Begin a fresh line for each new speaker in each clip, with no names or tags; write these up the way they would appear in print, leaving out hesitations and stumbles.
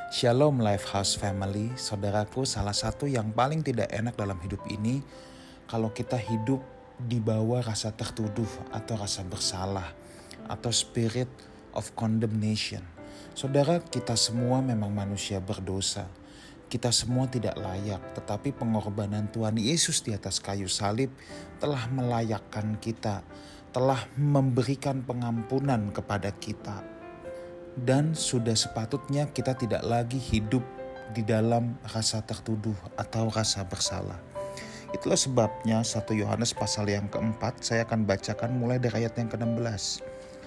Shalom Lifehouse Family, saudaraku, salah satu yang paling tidak enak dalam hidup ini kalau kita hidup di bawah rasa tertuduh atau rasa bersalah atau spirit of condemnation. Saudara, kita semua memang manusia berdosa. Kita semua tidak layak, tetapi pengorbanan Tuhan Yesus di atas kayu salib telah melayakkan kita, telah memberikan pengampunan kepada kita. Dan sudah sepatutnya kita tidak lagi hidup di dalam rasa tertuduh atau rasa bersalah. Itulah sebabnya 1 Yohanes pasal yang keempat, saya akan bacakan mulai dari ayat yang ke-16.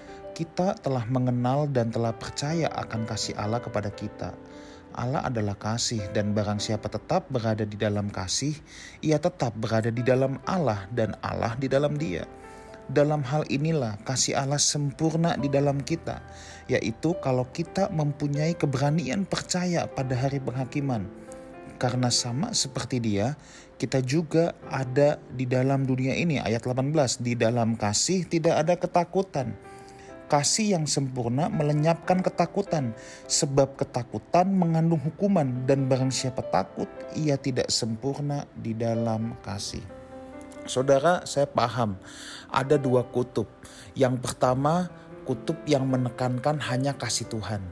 Kita telah mengenal dan telah percaya akan kasih Allah kepada kita. Allah adalah kasih, dan barang siapa tetap berada di dalam kasih, ia tetap berada di dalam Allah dan Allah di dalam dia. Dalam hal inilah kasih Allah sempurna di dalam kita, yaitu kalau kita mempunyai keberanian percaya pada hari penghakiman. Karena sama seperti Dia, kita juga ada di dalam dunia ini. Ayat 18, di dalam kasih tidak ada ketakutan. Kasih yang sempurna melenyapkan ketakutan, sebab ketakutan mengandung hukuman, dan barang siapa takut, ia tidak sempurna di dalam kasih. Saudara, saya paham ada dua kutub. Yang pertama, kutub yang menekankan hanya kasih Tuhan.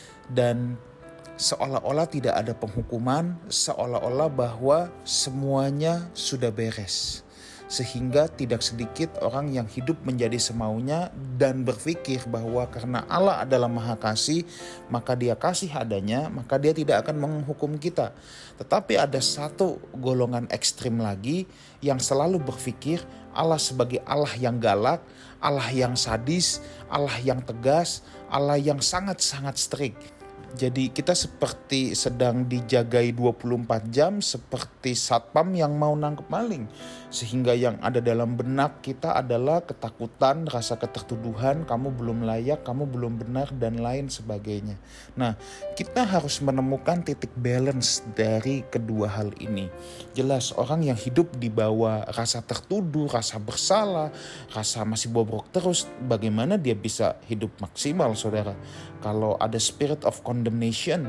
Dan seolah-olah tidak ada penghukuman, seolah-olah bahwa semuanya sudah beres. Sehingga tidak sedikit orang yang hidup menjadi semaunya dan berpikir bahwa karena Allah adalah Maha Kasih, maka Dia kasih adanya, maka Dia tidak akan menghukum kita. Tetapi ada satu golongan ekstrim lagi yang selalu berpikir Allah sebagai Allah yang galak, Allah yang sadis, Allah yang tegas, Allah yang sangat-sangat strict. Jadi kita seperti sedang dijagai 24 jam, seperti satpam yang mau nangkep maling. Sehingga yang ada dalam benak kita adalah ketakutan, rasa ketertuduhan, kamu belum layak, kamu belum benar, dan lain sebagainya. Nah, kita harus menemukan titik balance dari kedua hal ini. Jelas orang yang hidup di bawah rasa tertuduh, rasa bersalah, rasa masih bobrok terus, bagaimana dia bisa hidup maksimal, saudara? Kalau ada spirit of condemnation,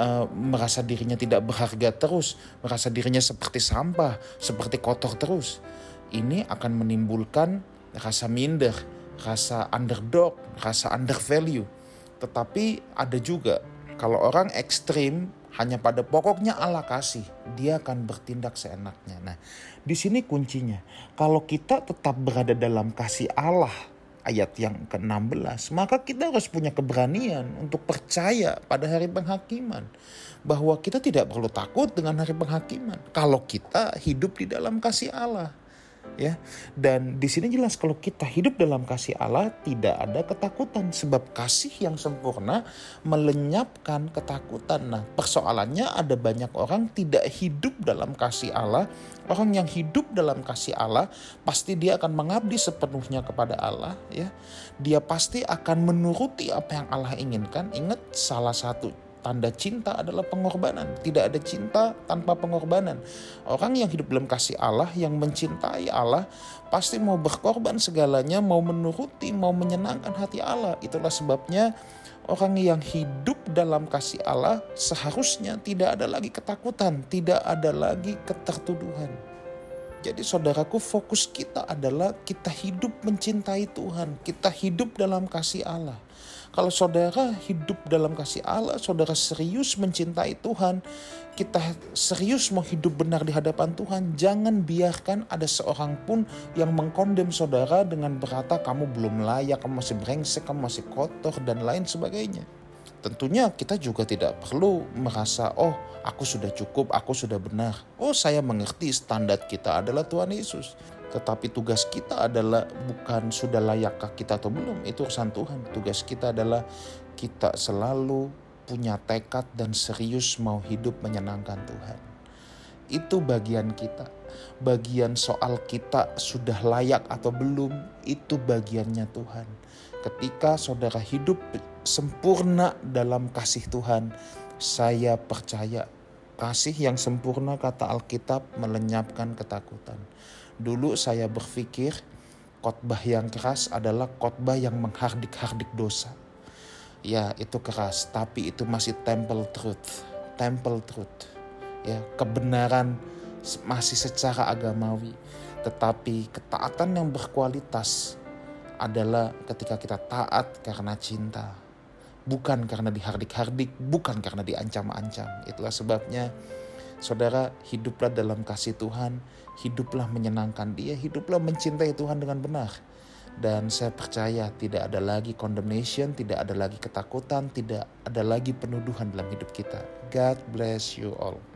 merasa dirinya tidak berharga terus, merasa dirinya seperti sampah, seperti kotor terus, ini akan menimbulkan rasa minder, rasa underdog, rasa undervalue. Tetapi ada juga kalau orang ekstrim hanya pada pokoknya Allah kasih, dia akan bertindak seenaknya. Nah, di sini kuncinya. Kalau kita tetap berada dalam kasih Allah, ayat yang ke-16, maka kita harus punya keberanian untuk percaya pada hari penghakiman. Bahwa kita tidak perlu takut dengan hari penghakiman kalau kita hidup di dalam kasih Allah. Ya, dan di sini jelas kalau kita hidup dalam kasih Allah tidak ada ketakutan, sebab kasih yang sempurna melenyapkan ketakutan. Nah, persoalannya ada banyak orang tidak hidup dalam kasih Allah. Orang yang hidup dalam kasih Allah pasti dia akan mengabdi sepenuhnya kepada Allah, ya. Dia pasti akan menuruti apa yang Allah inginkan. Ingat, salah satu tanda cinta adalah pengorbanan. Tidak ada cinta tanpa pengorbanan. Orang yang hidup dalam kasih Allah, yang mencintai Allah, pasti mau berkorban segalanya, mau menuruti, mau menyenangkan hati Allah. Itulah sebabnya orang yang hidup dalam kasih Allah seharusnya tidak ada lagi ketakutan, tidak ada lagi ketertuduhan. Jadi saudaraku, fokus kita adalah kita hidup mencintai Tuhan, kita hidup dalam kasih Allah. Kalau saudara hidup dalam kasih Allah, saudara serius mencintai Tuhan, kita serius mau hidup benar di hadapan Tuhan, jangan biarkan ada seorang pun yang mengkondem saudara dengan berkata kamu belum layak, kamu masih brengsek, kamu masih kotor, dan lain sebagainya. Tentunya kita juga tidak perlu merasa, oh aku sudah cukup, aku sudah benar. Oh, saya mengerti standar kita adalah Tuhan Yesus. Tetapi tugas kita adalah bukan sudah layakkah kita atau belum, itu urusan Tuhan. Tugas kita adalah kita selalu punya tekad dan serius mau hidup menyenangkan Tuhan. Itu bagian kita. Bagian soal kita sudah layak atau belum, itu bagiannya Tuhan. Ketika saudara hidup sempurna dalam kasih Tuhan, saya percaya kasih yang sempurna, kata Alkitab, melenyapkan ketakutan. Dulu saya berpikir khotbah yang keras adalah khotbah yang menghardik-hardik dosa. Ya, itu keras, tapi itu masih temple truth. Temple truth. Ya, kebenaran masih secara agamawi. Tetapi ketaatan yang berkualitas adalah ketika kita taat karena cinta. Bukan karena dihardik-hardik, bukan karena diancam-ancam. Itulah sebabnya saudara, hiduplah dalam kasih Tuhan, hiduplah menyenangkan Dia, hiduplah mencintai Tuhan dengan benar. Dan saya percaya tidak ada lagi condemnation, tidak ada lagi ketakutan, tidak ada lagi penuduhan dalam hidup kita. God bless you all.